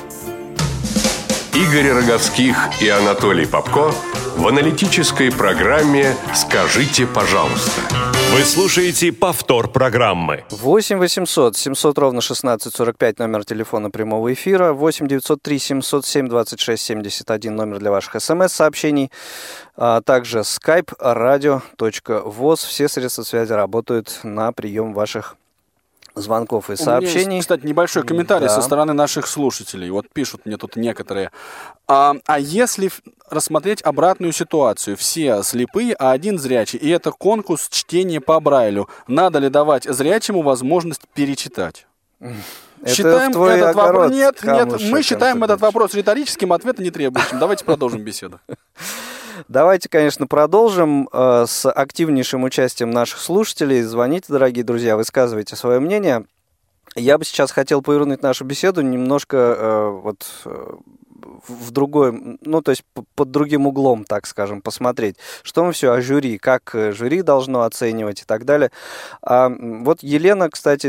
S1: Игорь Роговских и Анатолий Попко в аналитической программе «Скажите, пожалуйста».
S2: Вы слушаете повтор программы.
S3: 8 800 700 ровно 1645 номер телефона прямого эфира, 8 903 707 26 71 номер для ваших смс-сообщений, а также skype radio.voz. Все средства связи работают на прием ваших звонков и сообщений.
S4: У меня есть, кстати, небольшой комментарий со стороны наших слушателей. Вот пишут мне тут некоторые. А если рассмотреть обратную ситуацию? Все слепые, а один зрячий. И это конкурс чтения по Брайлю. Надо ли давать зрячему возможность перечитать? Считаем этот вопрос. Нет, мы считаем этот вопрос риторическим, ответа не требующим. Давайте продолжим беседу.
S3: Давайте, конечно, продолжим с активнейшим участием наших слушателей. Звоните, дорогие друзья, высказывайте свое мнение. Я бы сейчас хотел повернуть нашу беседу немножко в другой, то есть под другим углом, так скажем, посмотреть, что мы все о жюри, как жюри должно оценивать и так далее. Вот Елена, кстати,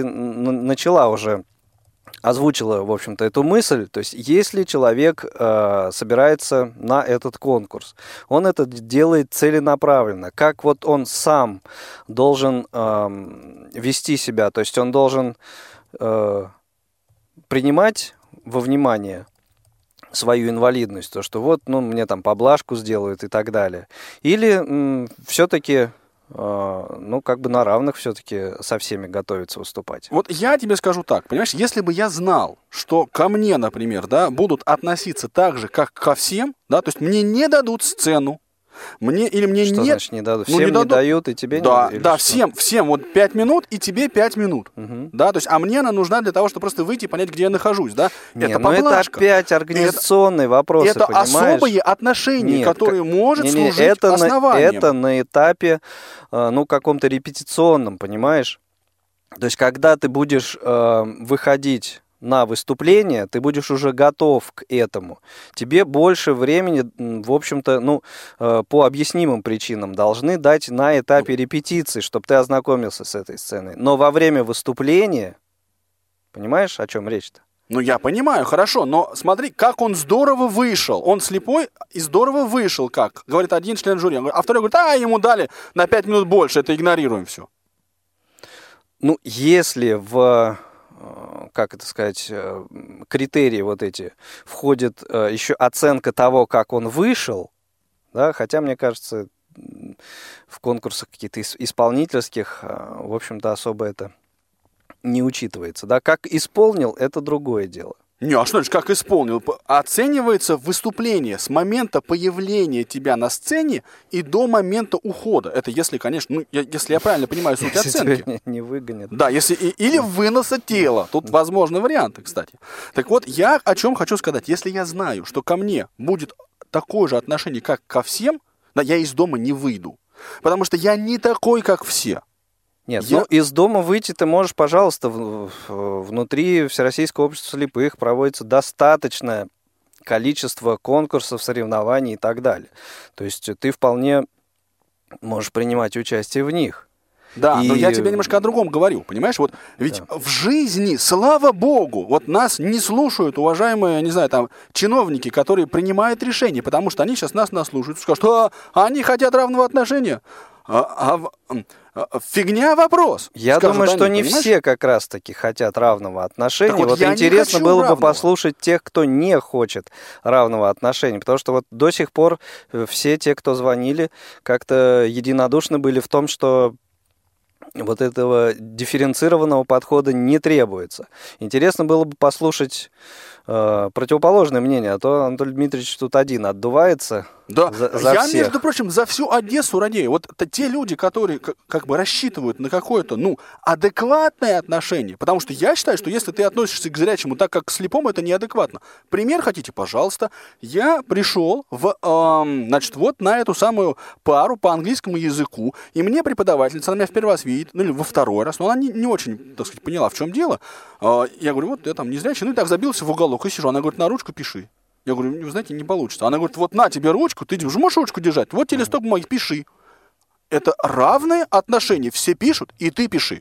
S3: озвучила, в общем-то, эту мысль. То есть, если человек собирается на этот конкурс, он это делает целенаправленно. Как вот он сам должен вести себя? То есть, он должен принимать во внимание свою инвалидность, то, что мне там поблажку сделают и так далее. Или все-таки... на равных все-таки со всеми готовится выступать.
S4: Вот я тебе скажу так, понимаешь, если бы я знал, что ко мне, например, будут относиться так же, как ко всем, то есть мне не дадут сцену,
S3: Что значит не дадут? Всем не дают, и тебе не дадут?
S4: Да, всем, 5 минут, и тебе 5 минут.
S3: Угу.
S4: Да, то есть, а мне она нужна для того, чтобы просто выйти и понять, где я нахожусь, да?
S3: Это поблажка. Это опять организационные вопросы,
S4: это
S3: понимаешь?
S4: особые отношения, которые может служить основанием.
S3: Это на этапе, каком-то репетиционном, понимаешь? То есть, когда ты будешь выходить на выступление, ты будешь уже готов к этому. Тебе больше времени, в общем-то, по объяснимым причинам должны дать на этапе репетиции, чтобы ты ознакомился с этой сценой. Но во время выступления, понимаешь, о чем речь-то?
S4: Я понимаю, хорошо, но смотри, как он здорово вышел. Он слепой и здорово вышел, как? Говорит один член жюри. А второй говорит, ему дали на 5 минут больше, это игнорируем все.
S3: Если в... критерии вот эти входит еще оценка того, как он вышел, да, хотя, мне кажется, в конкурсах каких-то исполнительских, в общем-то, особо это не учитывается, да, как исполнил, это другое дело.
S4: А что значит, как исполнил? Оценивается выступление с момента появления тебя на сцене и до момента ухода. Это если, конечно, если я правильно понимаю суть оценки.
S3: Если тебя не выгонят.
S4: Да, или выноса тела. Тут возможны варианты, кстати. Так вот, я о чем хочу сказать. Если я знаю, что ко мне будет такое же отношение, как ко всем, я из дома не выйду. Потому что я не такой, как все.
S3: Нет, из дома выйти ты можешь, пожалуйста, внутри Всероссийского общества слепых проводится достаточное количество конкурсов, соревнований и так далее. То есть ты вполне можешь принимать участие в них.
S4: Да, но я тебе немножко о другом говорю, понимаешь? Вот ведь в жизни, слава богу, нас не слушают уважаемые, чиновники, которые принимают решения, потому что они сейчас нас наслушают, скажут, что они хотят равного отношения. фигня вопрос.
S3: Я думаю, что не все как раз-таки хотят равного отношения. Вот интересно было бы послушать тех, кто не хочет равного отношения. Потому что вот до сих пор все те, кто звонили, как-то единодушны были в том, что вот этого дифференцированного подхода не требуется. Интересно было бы послушать противоположное мнение, а то Анатолий Дмитриевич тут один отдувается.
S4: Да,
S3: за
S4: я,
S3: всех.
S4: Между прочим, за всю Одессу радею. Вот это те люди, которые как бы рассчитывают на какое-то, адекватное отношение. Потому что я считаю, что если ты относишься к зрячему так, как к слепому, это неадекватно. Пример хотите, пожалуйста. Я пришел вот на эту самую пару по английскому языку, и мне преподавательница, она меня в первый раз видит, или во второй раз, но она не очень, так сказать, поняла, в чем дело. Я говорю, вот я там незрячий, и так забился в уголок и сижу. Она говорит, на ручку пиши. Я говорю, вы знаете, не получится. Она говорит, вот на тебе ручку, ты же можешь ручку держать? Вот тебе листок бумаги, пиши. Это равное отношение. Все пишут, и ты пиши.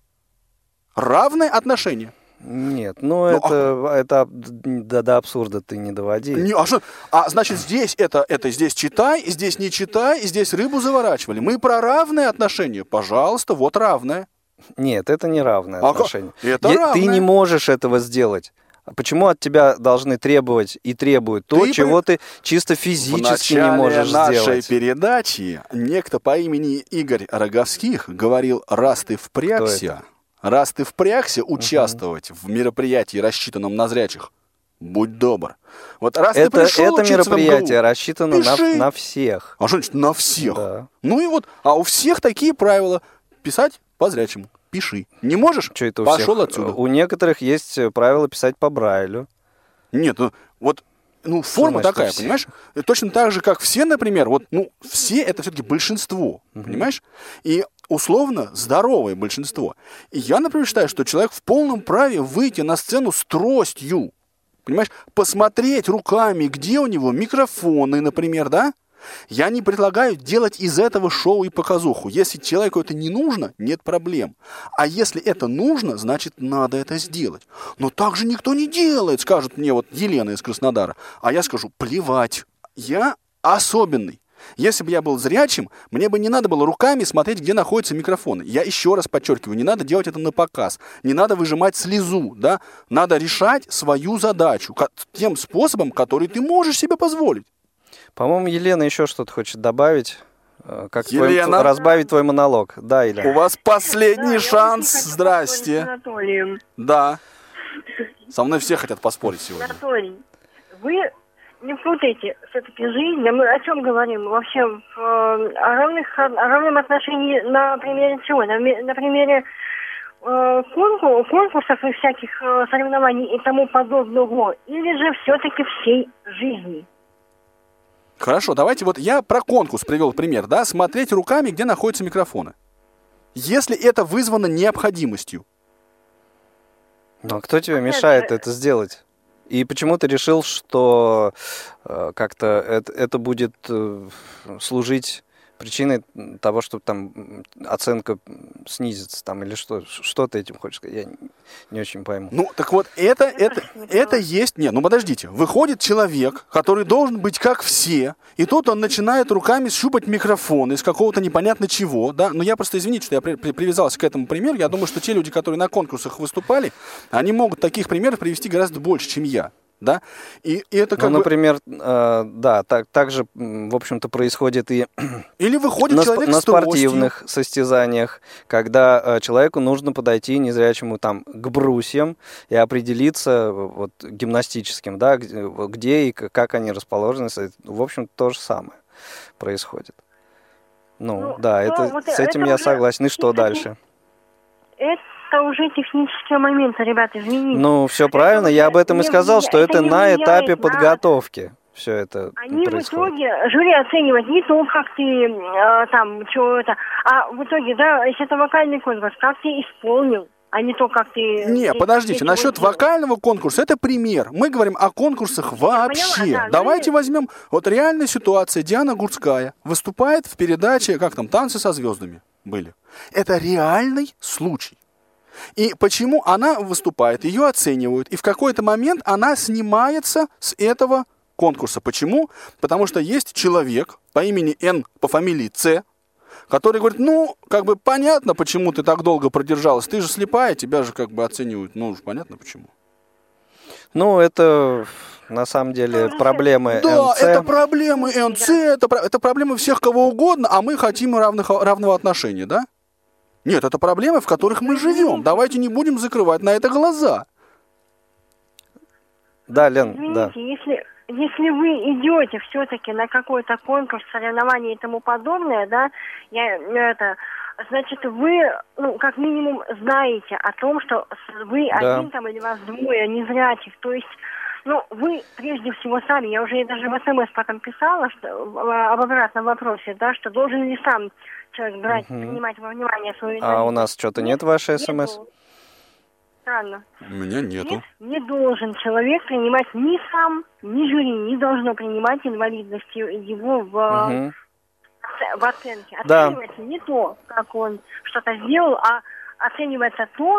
S4: Равное отношение.
S3: Нет, это до абсурда ты не доводи.
S4: Значит, здесь здесь читай, здесь не читай, здесь рыбу заворачивали. Мы про равное отношение. Пожалуйста, вот равное.
S3: Нет, это не равное отношение.
S4: Это равное.
S3: Ты не можешь этого сделать. Почему от тебя должны требовать и требуют то, чего ты чисто физически не можешь сделать?
S4: В начале нашей передачи некто по имени Игорь Роговских говорил, раз ты впрягся участвовать в мероприятии, рассчитанном на зрячих, будь добр. Вот раз ты пришел
S3: это мероприятие рассчитано на всех.
S4: А что значит на всех?
S3: Да.
S4: У всех такие правила. Писать по-зрячему. Пиши. Не можешь? Пошел отсюда.
S3: У некоторых есть правило писать по Брайлю.
S4: Нет, форма такая, понимаешь? Точно так же, как все, например, все это все-таки большинство, понимаешь? И условно здоровое большинство. И я, например, считаю, что человек в полном праве выйти на сцену с тростью, понимаешь? Посмотреть руками, где у него микрофоны, например, да? Я не предлагаю делать из этого шоу и показуху. Если человеку это не нужно, нет проблем. А если это нужно, значит, надо это сделать. Но так же никто не делает, скажет мне вот Елена из Краснодара. А я скажу, плевать, я особенный. Если бы я был зрячим, мне бы не надо было руками смотреть, где находятся микрофоны. Я еще раз подчеркиваю, не надо делать это на показ. Не надо выжимать слезу, да? Надо решать свою задачу тем способом, который ты можешь себе позволить.
S3: По-моему, Елена еще что-то хочет добавить, разбавить твой монолог. Да, Елена?
S4: У вас последний шанс. Здрасте. Да. Со мной все хотят поспорить сегодня.
S5: Анатолий, вы не путайте все-таки жизнь. Мы о чем говорим? Вообще о равном отношении на примере чего? На примере конкурсов и всяких соревнований и тому подобного? Или же все-таки всей жизни?
S4: Хорошо, давайте я про конкурс привел пример, да, смотреть руками, где находятся микрофоны. Если это вызвано необходимостью.
S3: Но кто тебе мешает это сделать? И почему ты решил, что как-то это будет служить причиной того, что там оценка снизится, там, или что ты этим хочешь сказать? Я не очень пойму.
S4: Так вот, это есть... Нет, подождите. Выходит человек, который должен быть как все, и тут он начинает руками щупать микрофон из какого-то непонятно чего, да? Но я просто, извините, что я привязался к этому примеру. Я думаю, что те люди, которые на конкурсах выступали, они могут таких примеров привести гораздо больше, чем я. Да? И это
S3: например, так же, в общем-то, происходит и
S4: или выходит человек
S3: на спортивных состязаниях, когда человеку нужно подойти незрячему к брусьям и определиться гимнастическим, да, где и как они расположены. В общем, то же самое происходит. С этим я согласен. И что дальше?
S5: Это уже технические моменты, ребята, извините.
S3: Все правильно, я об этом и сказал, что это на этапе подготовки все это
S5: Они
S3: происходит.
S5: В итоге, жюри оценивает не то, как ты а в итоге, да, если это вокальный конкурс, как ты исполнил, а не то, как ты...
S4: Подождите, насчет вокального конкурса, это пример. Мы говорим о конкурсах вообще. Поняла, да, давайте возьмем реальная ситуация. Диана Гурцкая выступает в передаче, «Танцы со звездами» были. Это реальный случай. И почему она выступает, ее оценивают, и в какой-то момент она снимается с этого конкурса. Почему? Потому что есть человек по имени Н, по фамилии Ц, который говорит, ну, как бы понятно, почему ты так долго продержалась. Ты же слепая, тебя же как бы оценивают. Ну, уж понятно почему.
S3: Ну, это на самом деле проблемы НЦ.
S4: Да, это проблемы НЦ, это проблемы всех кого угодно, а мы хотим равного отношения, да? Нет, это проблемы, в которых мы живем. Давайте не будем закрывать на это глаза.
S3: Да, Лен,
S5: извините,
S3: да.
S5: Если вы идете все-таки на какой-то конкурс, соревнования и тому подобное, да, значит, вы, ну, как минимум, знаете о том, что вы один там или вас двое незрячих. То есть, ну, вы прежде всего сами, я уже даже в СМС потом писала, что, об обратном вопросе, да, что должен ли сам человек брать, принимать во внимание свою инвалидность.
S3: А у нас что-то нет вашей СМС?
S5: Странно.
S4: У меня нету.
S5: Не должен человек принимать ни сам, ни жюри не должно принимать инвалидность его в оценке. Оценивается не то, как он что-то сделал, а оценивается то,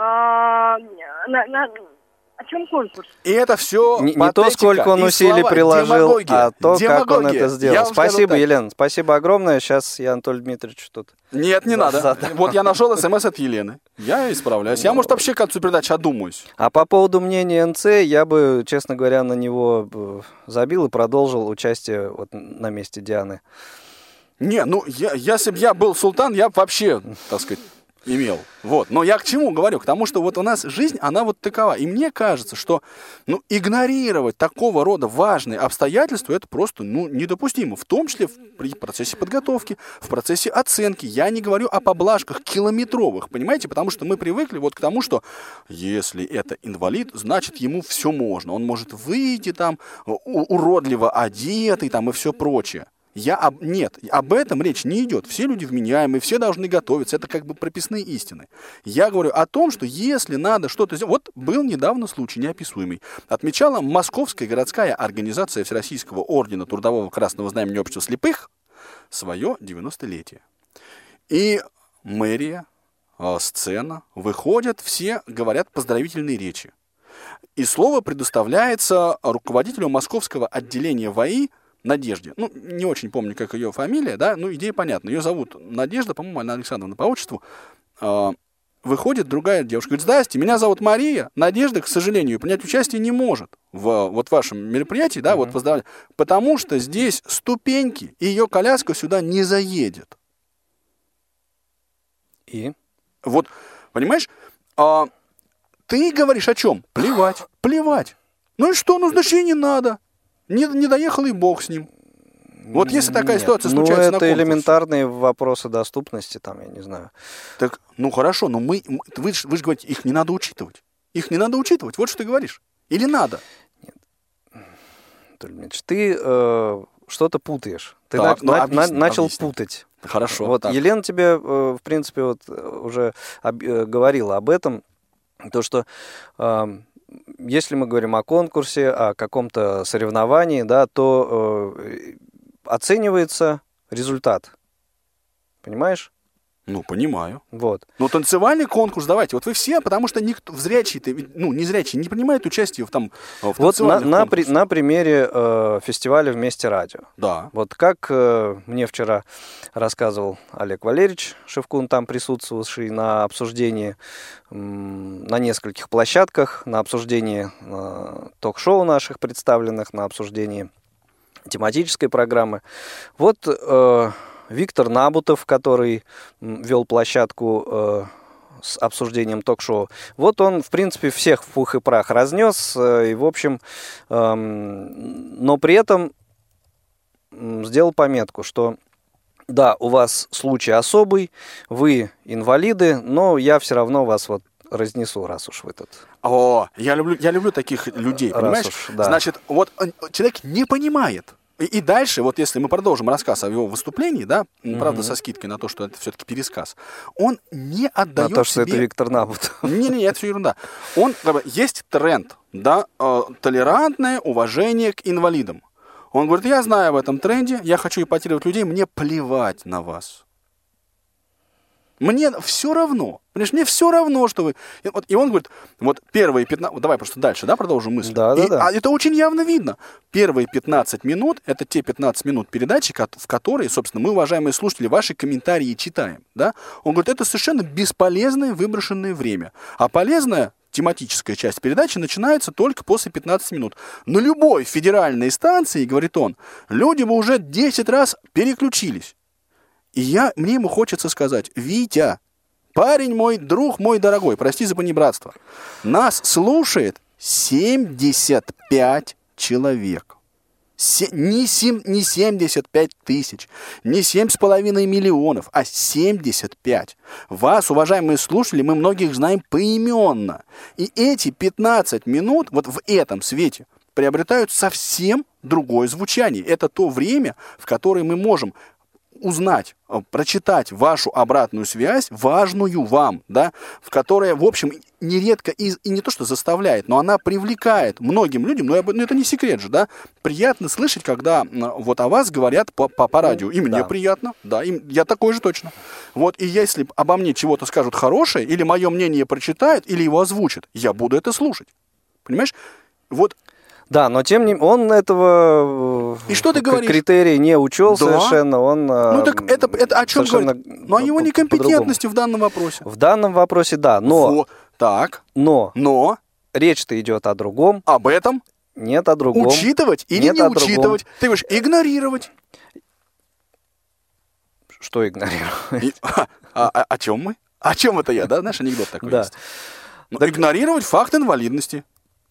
S5: о чем конкурс.
S4: И это все
S3: не то, сколько он усилий приложил, а то, как он это сделал. Спасибо, Елена, спасибо огромное. Сейчас я Анатолию Дмитриевичу тут...
S4: Нет, не надо. Вот я нашел СМС от Елены. Я исправляюсь. Я, может, вообще к концу передачи одумаюсь.
S3: А по поводу мнения НЦ, я бы, честно говоря, на него забил и продолжил участие вот на месте Дианы.
S4: Не, ну, если бы я был султан, я бы вообще, так сказать, имел. Вот. Но я к чему говорю? К тому, что вот у нас жизнь, она вот такова. И мне кажется, что игнорировать такого рода важные обстоятельства, это просто недопустимо. В том числе при процессе подготовки, в процессе оценки. Я не говорю о поблажках километровых, понимаете? Потому что мы привыкли вот к тому, что если это инвалид, значит ему все можно. Он может выйти там уродливо одетый там и все прочее. Нет, об этом речь не идет. Все люди вменяемые, все должны готовиться. Это как бы прописные истины. Я говорю о том, что если надо что-то сделать... Вот был недавно случай неописуемый. Отмечала Московская городская организация Всероссийского ордена Трудового Красного Знамени Общества слепых свое 90-летие. И мэрия, сцена, выходят, все говорят поздравительные речи. И слово предоставляется руководителю московского отделения ВАИ Надежде. Ну, не очень помню, как ее фамилия, да, ну, идея понятна. Ее зовут Надежда, по-моему, Анна Александровна по отчеству. Выходит другая девушка, говорит: здрасте, меня зовут Мария. Надежда, к сожалению, принять участие не может в вот вашем мероприятии, да, вот поздравляю, потому что здесь ступеньки, и ее коляска сюда не заедет.
S3: И? Вот,
S4: понимаешь, ты говоришь о чем? Плевать. Ну и что, значит, ей не надо. Не доехал, и бог с ним. Вот если такая ситуация случается на конкурсе.
S3: Это элементарные вопросы доступности, там, я не знаю.
S4: Так, хорошо, но вы же говорите, их не надо учитывать. Их не надо учитывать, вот что ты говоришь. Или надо?
S3: Нет. Анатолий Дмитриевич, ты что-то путаешь. Ты начал путать.
S4: Хорошо.
S3: Вот так. Елена тебе, в принципе, вот уже говорила об этом, то, что... Если мы говорим о конкурсе, о каком-то соревновании, да, то оценивается результат. Понимаешь?
S4: Ну, понимаю.
S3: Вот.
S4: Но танцевальный конкурс, давайте, вот вы все, потому что никто зрячий, незрячий не принимает участие в танцевальных конкурсах.
S3: На примере фестиваля «Вместе радио».
S4: Да.
S3: Вот как мне вчера рассказывал Олег Валерьевич Шевкун, там присутствовавший на обсуждении на нескольких площадках, на обсуждении ток-шоу наших представленных, на обсуждении тематической программы. Вот... Виктор Набутов, который вел площадку с обсуждением ток-шоу, вот он, в принципе, всех в пух и прах разнес, и, в общем, но при этом сделал пометку, что да, у вас случай особый, вы инвалиды, но я все равно вас вот разнесу, раз уж вы тут.
S4: Я люблю таких людей, понимаешь? Да. Значит, вот человек не понимает. И дальше, вот если мы продолжим рассказ о его выступлении, да, правда, со скидкой на то, что это все-таки пересказ, он не отдает
S3: на то, что это Виктор Набутов.
S4: Не, это все ерунда. Есть тренд, да, толерантное уважение к инвалидам. Он говорит: я знаю об этом тренде, я хочу эпатировать людей, мне плевать на вас. Мне все равно. Понимаешь, мне все равно, что вы... И он говорит, вот первые 15... Давай просто дальше, да, продолжим мысль.
S3: Да.
S4: А это очень явно видно. Первые 15 минут, это те 15 минут передачи, в которые, собственно, мы, уважаемые слушатели, ваши комментарии читаем, да. Он говорит, это совершенно бесполезное выброшенное время. А полезное... тематическая часть передачи начинается только после 15 минут. На любой федеральной станции, говорит он, люди бы уже 10 раз переключились. И мне ему хочется сказать, Витя, парень мой, друг мой дорогой, прости за понебратство, нас слушает 75 человек. Не 75 тысяч, не 7,5 миллионов, а 75. Вас, уважаемые слушатели, мы многих знаем поименно. И эти 15 минут вот в этом свете приобретают совсем другое звучание. Это то время, в которое мы можем узнать, прочитать вашу обратную связь, важную вам, да, в которой, в общем, нередко и не то, что заставляет, но она привлекает многим людям, но это не секрет же, да, приятно слышать, когда вот о вас говорят по радио, и мне приятно, да, я такой же точно. Вот, и если обо мне чего-то скажут хорошее, или мое мнение прочитают, или его озвучат, я буду это слушать, понимаешь, вот.
S3: Да, но тем не менее, он этого
S4: и что ты говоришь?
S3: Критерия не учел совершенно. Он,
S4: ну так это о чем говорит? Ну о его некомпетентности в данном вопросе.
S3: В данном вопросе, да, но...
S4: Так.
S3: Но. Речь-то идет о другом.
S4: Об этом?
S3: Нет, о другом.
S4: Учитывать или
S3: Нет,
S4: не учитывать? Ты говоришь, игнорировать.
S3: Что игнорировать?
S4: О чем мы? О чем это я, да? Знаешь, анекдот такой
S3: да.
S4: есть. Так... Игнорировать факт инвалидности.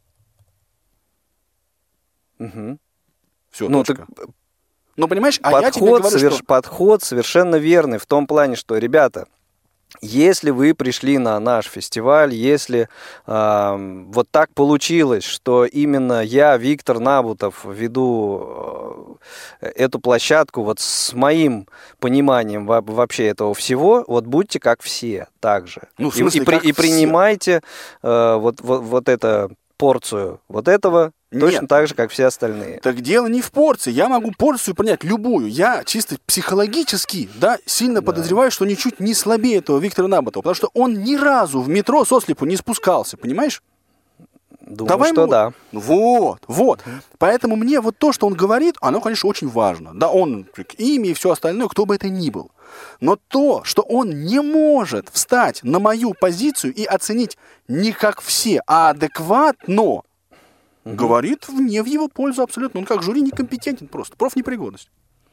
S3: Угу.
S4: Все,
S3: ну,
S4: точка. Ну, понимаешь, я тебе говорю, что...
S3: Подход совершенно верный в том плане, что, ребята, если вы пришли на наш фестиваль, если вот так получилось, что именно я, Виктор Набутов, веду эту площадку вот с моим пониманием вообще этого всего, вот будьте как все, так же.
S4: Ну, в смысле,
S3: и принимайте вот это... порцию вот этого точно так же, как все остальные.
S4: Так дело не в порции. Я могу порцию принять любую. Я чисто психологически, да, сильно подозреваю, что ничуть не слабее этого Виктора Набутова, потому что он ни разу в метро сослепу не спускался, понимаешь?
S3: Думаю, что да.
S4: Вот. Поэтому мне вот то, что он говорит, оно, конечно, очень важно. Да, он имя и все остальное, кто бы это ни был. Но то, что он не может встать на мою позицию и оценить не как все, а адекватно, говорит не в его пользу абсолютно. Он как жюри некомпетентен просто, профнепригодность.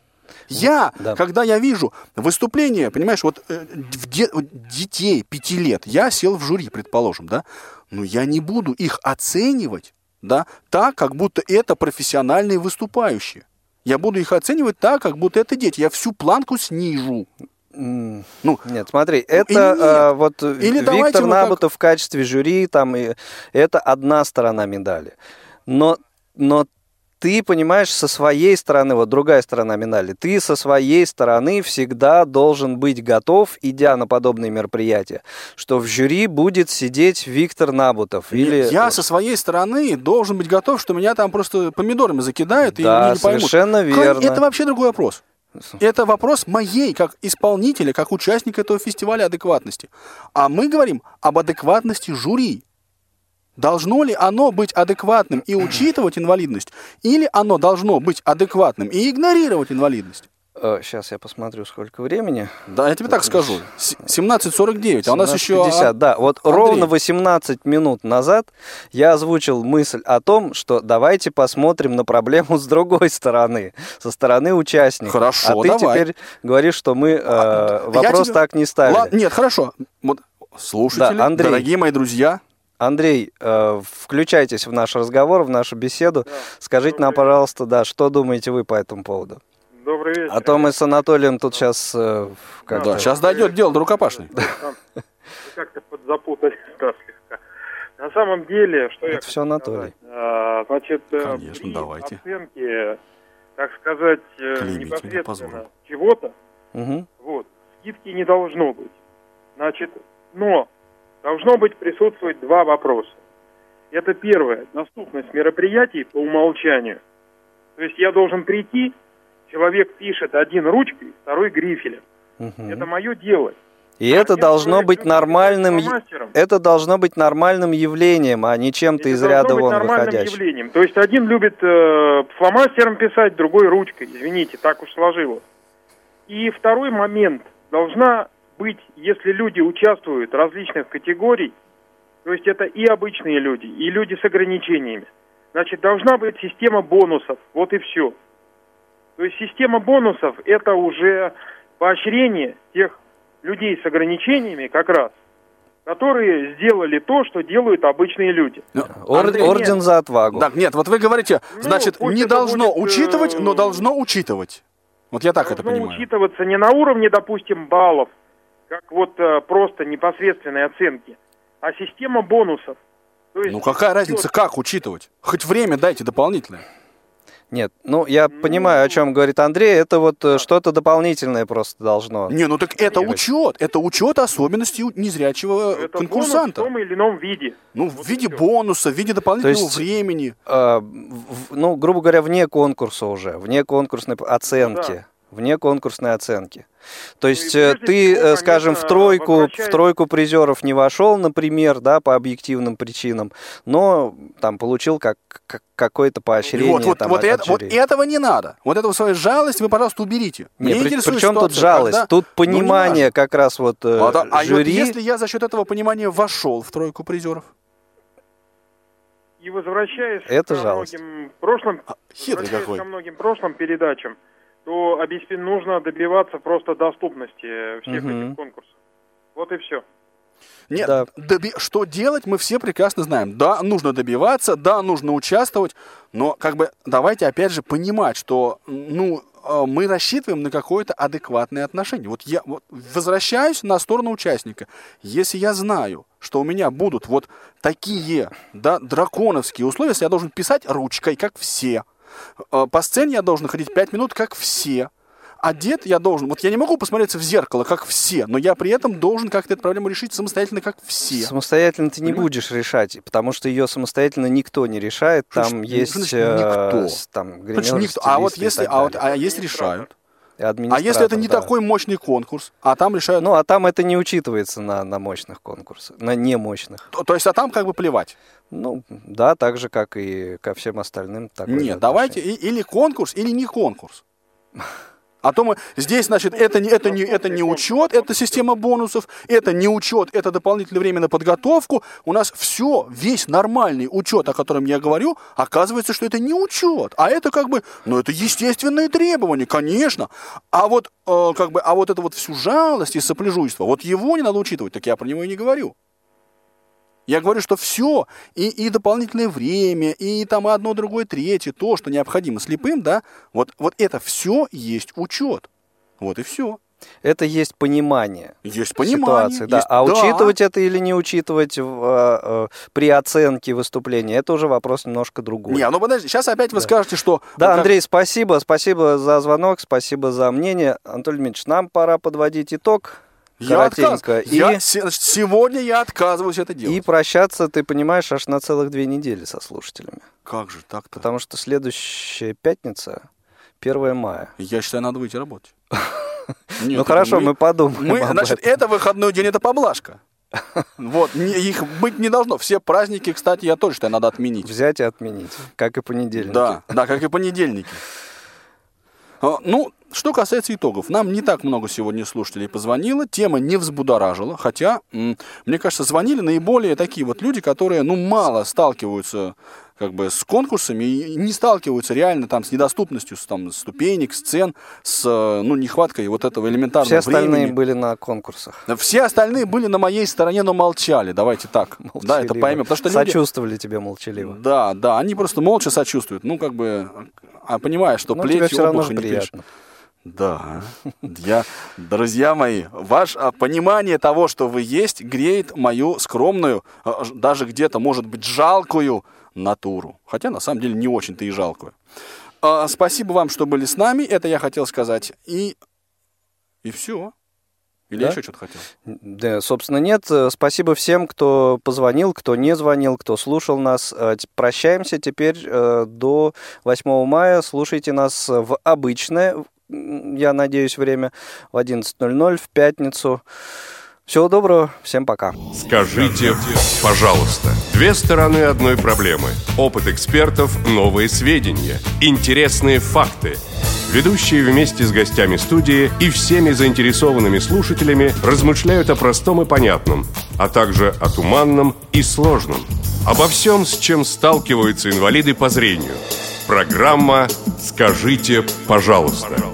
S4: Когда я вижу выступление, понимаешь, вот детей 5 лет, я сел в жюри, предположим, да, но я не буду их оценивать, да, так, как будто это профессиональные выступающие. Я буду их оценивать так, как будто это дети. Я всю планку снижу.
S3: Нет, смотри, это вот Виктор Набутов в качестве жюри, там, это одна сторона медали. Но ты понимаешь, со своей стороны, вот другая сторона медали, ты со своей стороны всегда должен быть готов, идя на подобные мероприятия, что в жюри будет сидеть Виктор Набутов.
S4: Я со своей стороны должен быть готов, что меня там просто помидорами закидают и не поймут.
S3: Совершенно верно.
S4: Это вообще другой вопрос. Это вопрос моей, как исполнителя, как участника этого фестиваля адекватности. А мы говорим об адекватности жюри. Должно ли оно быть адекватным и учитывать инвалидность, или оно должно быть адекватным и игнорировать инвалидность?
S3: Сейчас я посмотрю, сколько времени.
S4: Да, я тебе так скажу. 17:49, а у нас еще...
S3: 50, да. Вот Андрей. Ровно 18 минут назад я озвучил мысль о том, что давайте посмотрим на проблему с другой стороны, со стороны участников.
S4: Хорошо,
S3: давай. Теперь говоришь, что мы вопрос так не ставили.
S4: Нет, хорошо. Вот, слушатели, да, Андрей, дорогие мои друзья...
S3: Андрей, включайтесь в наш разговор, в нашу беседу. Да. Скажите нам, пожалуйста, да, что думаете вы по этому поводу?
S9: Добрый вечер.
S3: А то мы с Анатолием тут сейчас...
S4: сейчас дойдет дело до рукопашной.
S9: Как-то подзапутали слегка. На самом деле, что
S3: это все Анатолий.
S9: Значит,
S4: конечно, давайте.
S9: Оценки, так сказать, непосредственно чего-то, вот, скидки не должно быть. Значит, но должно быть присутствовать два вопроса. Это первое, доступность мероприятий по умолчанию. То есть я должен прийти, человек пишет один ручкой, второй грифелем. Это мое дело.
S3: И это должно быть нормальным, это должно быть нормальным явлением, а не чем-то из ряда вон выходящим.
S9: Явлением. То есть один любит фломастером писать, другой ручкой. Извините, так уж сложилось. И второй момент. Должна быть, если люди участвуют в различных категорий, то есть это и обычные люди, и люди с ограничениями, значит, должна быть система бонусов. Вот и все. То есть система бонусов – это уже поощрение тех людей с ограничениями как раз, которые сделали то, что делают обычные люди.
S3: Орден за отвагу.
S4: Так, нет, вот вы говорите, значит, не должно учитывать, но должно учитывать. Вот я так это понимаю.
S9: Должно учитываться не на уровне, допустим, баллов, как вот просто непосредственной оценки, а система бонусов. То есть,
S4: какая разница, как учитывать? Хоть время дайте дополнительное.
S3: Нет, я понимаю, о чем говорит Андрей, это вот что-то дополнительное просто должно.
S4: Так это учет особенностей незрячего
S9: это
S4: конкурсанта.
S9: В том или ином виде.
S4: В виде бонуса, в виде дополнительного времени.
S3: Грубо говоря, вне конкурса уже, вне конкурсной оценки.
S9: Да.
S3: Вне конкурсной оценки. То есть ты, скажем, в тройку призеров не вошел, например, да, по объективным причинам, но там получил какое-то поощрение.
S4: Вот этого не надо. Вот эту свою жалость вы, пожалуйста, уберите.
S3: При чем тут жалость? Тут понимание как раз жюри.
S4: Если я за счет этого понимания вошел в тройку призеров?
S9: И возвращаясь ко многим прошлым передачам, то нужно добиваться просто доступности всех этих конкурсов. Вот и все.
S4: Нет, да. Что делать, мы все прекрасно знаем. Да, нужно добиваться, да, нужно участвовать, но давайте опять же понимать, что мы рассчитываем на какое-то адекватное отношение. Вот я возвращаюсь на сторону участника. Если я знаю, что у меня будут вот такие драконовские условия, если я должен писать ручкой, как все, по сцене я должен ходить 5 минут, как все. Одет я должен... Я не могу посмотреться в зеркало, как все, но я при этом должен как-то эту проблему решить самостоятельно, как все.
S3: Самостоятельно ты не будешь решать, потому что ее самостоятельно никто не решает. Там есть...
S4: никто?
S3: Там,
S4: никто. А вот если решают? А если это не такой мощный конкурс, а там решают...
S3: а там это не учитывается на мощных конкурсах, на немощных.
S4: То есть, а там плевать?
S3: Да, так же, как и ко всем остальным.
S4: Нет, давайте или конкурс, или не конкурс. А то мы здесь, значит, это не учет, это система бонусов, это не учет, это дополнительное время на подготовку. У нас весь нормальный учет, о котором я говорю, оказывается, что это не учет, а это это естественные требования, конечно. А вот это вот всю жалость и сопляжуйство, его не надо учитывать, так я про него и не говорю. Я говорю, что все, и дополнительное время, и там одно, другое, третье, то, что необходимо слепым, да, вот это все есть учет. Вот и все.
S3: Это есть понимание.
S4: Есть понимание.
S3: Ситуации, да. А учитывать это или не учитывать при оценке выступления, это уже вопрос немножко другой.
S4: Подожди, сейчас опять вы скажете, что...
S3: Да, Андрей, спасибо за звонок, спасибо за мнение. Анатолий Дмитриевич, нам пора подводить итог.
S4: Сегодня я отказываюсь это делать.
S3: И прощаться, ты понимаешь, аж на целых 2 недели со слушателями.
S4: Как же так-то?
S3: Потому что следующая пятница, 1 мая.
S4: Я считаю, надо выйти работать.
S3: Хорошо, мы подумаем.
S4: Значит, это выходной день, это поблажка. Их быть не должно. Все праздники, кстати, я тоже считаю, надо отменить.
S3: Взять и отменить, как и понедельники.
S4: Да, как и понедельники. Что касается итогов, нам не так много сегодня слушателей позвонило, тема не взбудоражила, хотя, мне кажется, звонили наиболее такие люди, которые, мало сталкиваются с конкурсами и не сталкиваются реально с недоступностью ступенек, сцен, с нехваткой этого элементарного времени.
S3: Все остальные были на конкурсах.
S4: Все остальные были на моей стороне, но молчали, давайте так. Молчаливо. Да, это поймем. Потому что
S3: сочувствовали тебе молчаливо.
S4: Да, они просто молча сочувствуют. Понимая, что плетью обуха не приятно. Да, друзья мои, ваше понимание того, что вы есть, греет мою скромную, даже где-то, может быть, жалкую натуру. Хотя, на самом деле, не очень-то и жалкую. Спасибо вам, что были с нами, это я хотел сказать. И все. Или еще что-то хотел?
S3: Да, собственно, нет. Спасибо всем, кто позвонил, кто не звонил, кто слушал нас. Прощаемся теперь до 8 мая. Слушайте нас в обычное, я надеюсь, время в 11:00 в пятницу. Всего доброго, всем пока.
S1: Скажите, пожалуйста. Две стороны одной проблемы. Опыт экспертов, новые сведения, интересные факты. Ведущие вместе с гостями студии и всеми заинтересованными слушателями размышляют о простом и понятном, а также о туманном и сложном. Обо всем, с чем сталкиваются инвалиды по зрению. Программа «Скажите, пожалуйста».